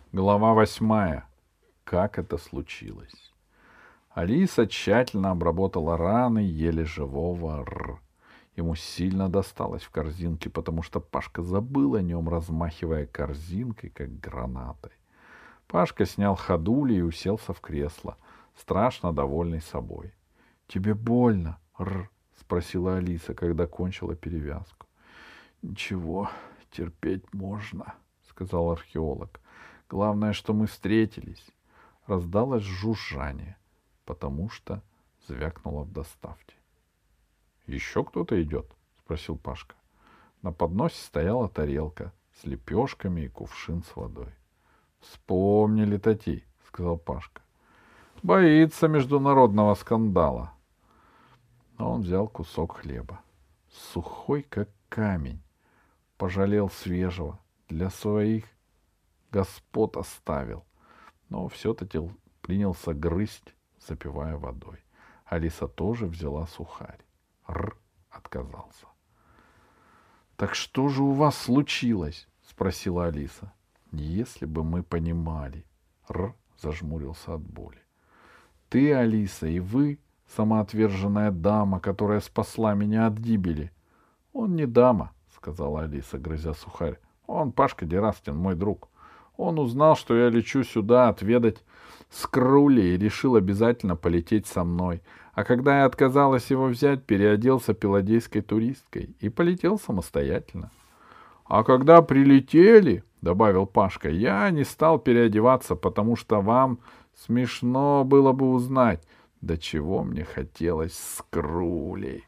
Глава 8. Как это случилось? Алиса тщательно обработала раны еле живого Р. Ему сильно досталось в корзинке, потому что Пашка забыл о нем, размахивая корзинкой, как гранатой. Пашка снял ходули и уселся в кресло, страшно довольный собой. — Тебе больно, Р? — спросила Алиса, когда кончила перевязку. — Ничего, терпеть можно, — сказал археолог. — Главное, что мы встретились. Раздалось жужжание, потому что звякнуло в доставке. — Еще кто-то идет? — спросил Пашка. На подносе стояла тарелка с лепешками и кувшин с водой. — Вспомнили Тати, — сказал Пашка. — Боится международного скандала. Но он взял кусок хлеба. Сухой, как камень. Пожалел свежего. Для своих господ оставил. Но все-таки принялся грызть, запивая водой. Алиса тоже взяла сухарь. Р отказался. — Так что же у вас случилось? — спросила Алиса. — Если бы мы понимали. Р зажмурился от боли. — Ты, Алиса, и вы, самоотверженная дама, которая спасла меня от гибели. — Он не дама, — сказала Алиса, грызя сухарь. — Он Пашка Дерастин, мой друг. Он узнал, что я лечу сюда отведать скрули и решил обязательно полететь со мной. А когда я отказалась его взять, переоделся пелагейской туристкой и полетел самостоятельно. — А когда прилетели, — добавил Пашка, — я не стал переодеваться, потому что вам смешно было бы узнать, до чего мне хотелось скрулей.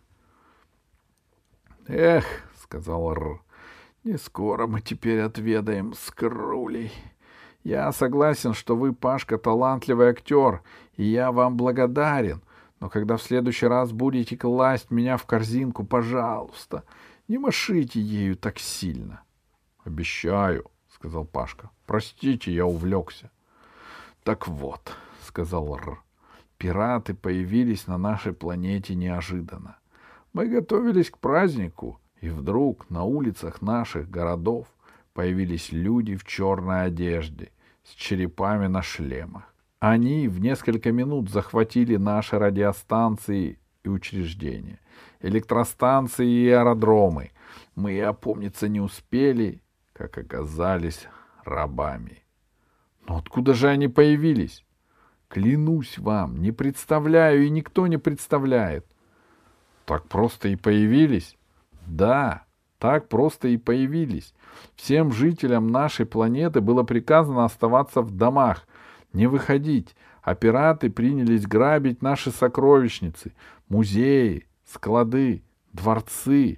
— Эх, — сказал Р, — не скоро мы теперь отведаем скрулей. Я согласен, что вы, Пашка, талантливый актер, и я вам благодарен. Но когда в следующий раз будете класть меня в корзинку, пожалуйста, не машите ею так сильно. — Обещаю, — сказал Пашка. — Простите, я увлекся. — Так вот, — сказал Р, — пираты появились на нашей планете неожиданно. Мы готовились к празднику, и вдруг на улицах наших городов появились люди в черной одежде, с черепами на шлемах. Они в несколько минут захватили наши радиостанции и учреждения, электростанции и аэродромы. Мы и опомниться не успели, как оказались рабами. Но откуда же они появились? Клянусь вам, не представляю, и никто не представляет. Так просто и появились? Да, так просто и появились. Всем жителям нашей планеты было приказано оставаться в домах, не выходить, а пираты принялись грабить наши сокровищницы, музеи, склады, дворцы.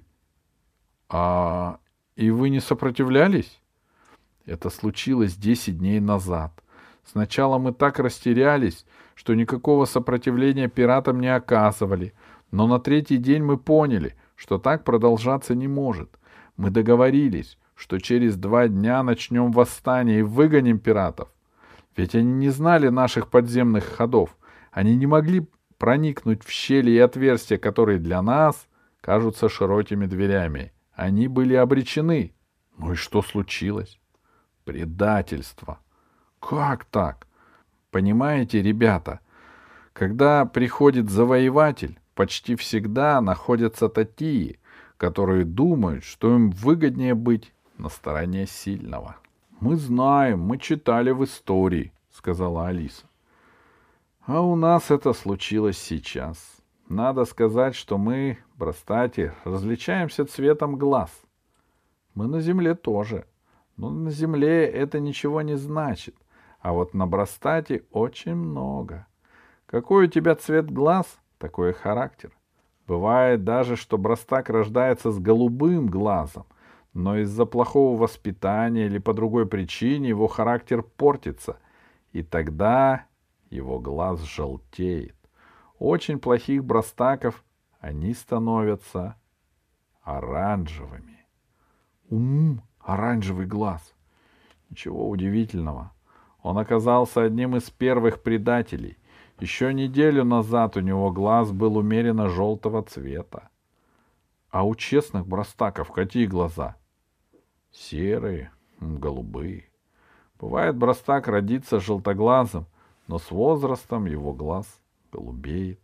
И вы не сопротивлялись? Это случилось 10 дней назад. Сначала мы так растерялись, что никакого сопротивления пиратам не оказывали, но на третий день мы поняли, что так продолжаться не может. Мы договорились, что через 2 дня начнем восстание и выгоним пиратов. Ведь они не знали наших подземных ходов. Они не могли проникнуть в щели и отверстия, которые для нас кажутся широкими дверями. Они были обречены. Ну и что случилось? Предательство. Как так? Понимаете, ребята, когда приходит завоеватель, почти всегда находятся такие, которые думают, что им выгоднее быть на стороне сильного. — Мы знаем, мы читали в истории, — сказала Алиса. — А у нас это случилось сейчас. Надо сказать, что мы, брастати, различаемся цветом глаз. Мы на земле тоже. Но на земле это ничего не значит. А вот на брастате очень много. Какой у тебя цвет глаз, такой и характер. Бывает даже, что брастак рождается с голубым глазом, но из-за плохого воспитания или по другой причине его характер портится, и тогда его глаз желтеет. Очень плохих брастаков они становятся оранжевыми. Оранжевый глаз. Ничего удивительного. Он оказался одним из первых предателей. Еще неделю назад у него глаз был умеренно желтого цвета. А у честных брастаков какие глаза? Серые, голубые. Бывает, Брастак родится желтоглазым, но с возрастом его глаз голубеет.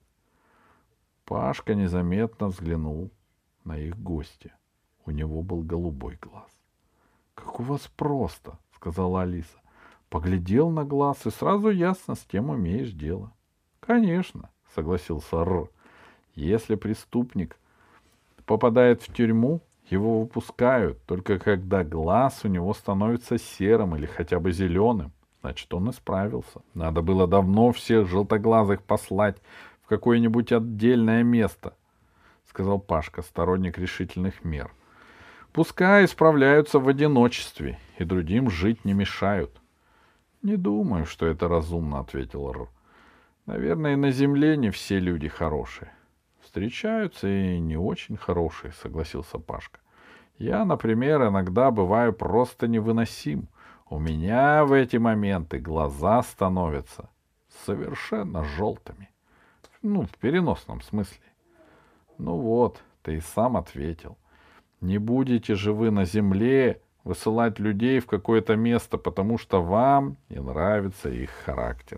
Пашка незаметно взглянул на их гостя. У него был голубой глаз. — Как у вас просто, — сказала Алиса. Поглядел на глаз, и сразу ясно, с кем имеешь дело. — Конечно, — согласился Р. Если преступник попадает в тюрьму, его выпускают только когда глаз у него становится серым или хотя бы зеленым. Значит, он исправился. Надо было давно всех желтоглазых послать в какое-нибудь отдельное место, — сказал Пашка, сторонник решительных мер. Пускай исправляются в одиночестве, и другим жить не мешают. — Не думаю, что это разумно, — ответил Р. — Наверное, и на земле не все люди хорошие. — Встречаются и не очень хорошие, — согласился Пашка. — Я, например, иногда бываю просто невыносим. У меня в эти моменты глаза становятся совершенно желтыми. Ну, в переносном смысле. Ну вот, ты и сам ответил. Не будете же вы на земле высылать людей в какое-то место, потому что вам не нравится их характер.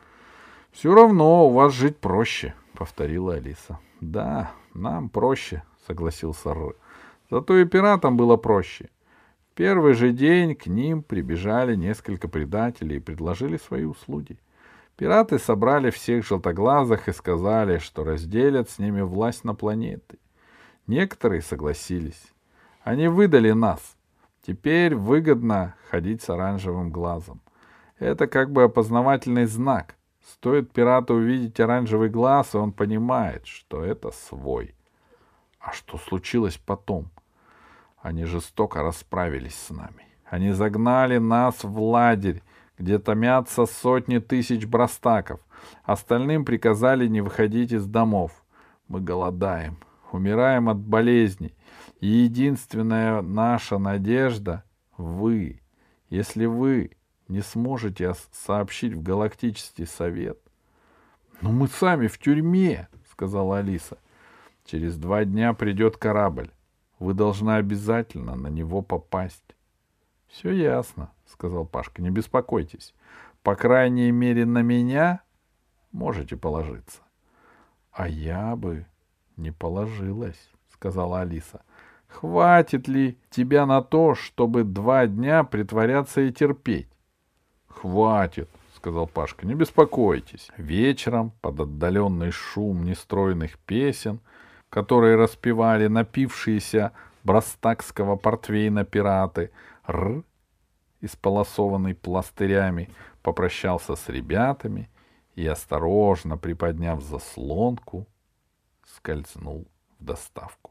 — Все равно у вас жить проще, — повторила Алиса. — Да, нам проще, — согласился Р. Зато и пиратам было проще. В первый же день к ним прибежали несколько предателей и предложили свои услуги. Пираты собрали всех желтоглазых и сказали, что разделят с ними власть на планеты. Некоторые согласились. Они выдали нас. Теперь выгодно ходить с оранжевым глазом. Это как бы опознавательный знак. Стоит пирату увидеть оранжевый глаз, и он понимает, что это свой. А что случилось потом? Они жестоко расправились с нами. Они загнали нас в лагерь, где томятся сотни тысяч брастаков. Остальным приказали не выходить из домов. Мы голодаем, умираем от болезней. И единственная наша надежда — вы. Если вы не сможете сообщить в Галактический совет... — Но мы сами в тюрьме, — сказала Алиса. — Через 2 дня придет корабль. Вы должны обязательно на него попасть. — Все ясно, — сказал Пашка. — Не беспокойтесь. По крайней мере, на меня можете положиться. — А я бы не положилась, — сказала Алиса. — Хватит ли тебя на то, чтобы 2 дня притворяться и терпеть? — Хватит, — сказал Пашка. — Не беспокойтесь. Вечером, под отдаленный шум нестройных песен, которые распевали напившиеся брастакского портвейна пираты, Р, исполосованный пластырями, попрощался с ребятами и, осторожно приподняв заслонку, скользнул в доставку.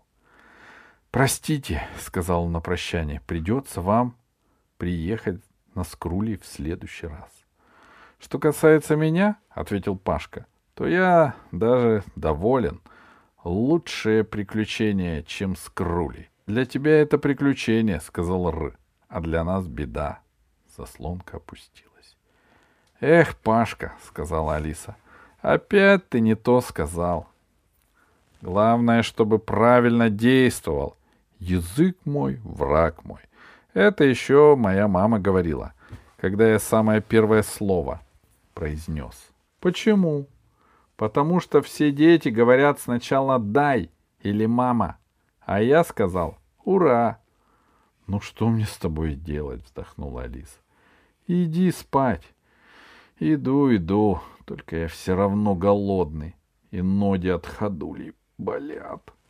— Простите, — сказал он на прощание, — придется вам приехать на Скрули в следующий раз. — Что касается меня, — ответил Пашка, — то я даже доволен. Лучшее приключение, чем Скрули. — Для тебя это приключение, — сказал Р, — а для нас беда. Заслонка опустилась. — Эх, Пашка, — сказала Алиса, — опять ты не то сказал. Главное, чтобы правильно действовал. Язык мой, враг мой. Это еще моя мама говорила, когда я самое первое слово произнес. Почему? Потому что все дети говорят сначала «дай» или «мама», а я сказал «ура». — Ну что мне с тобой делать? — вздохнула Алиса. — Иди спать. — Иду, только я все равно голодный, и ноги от ходулей болят.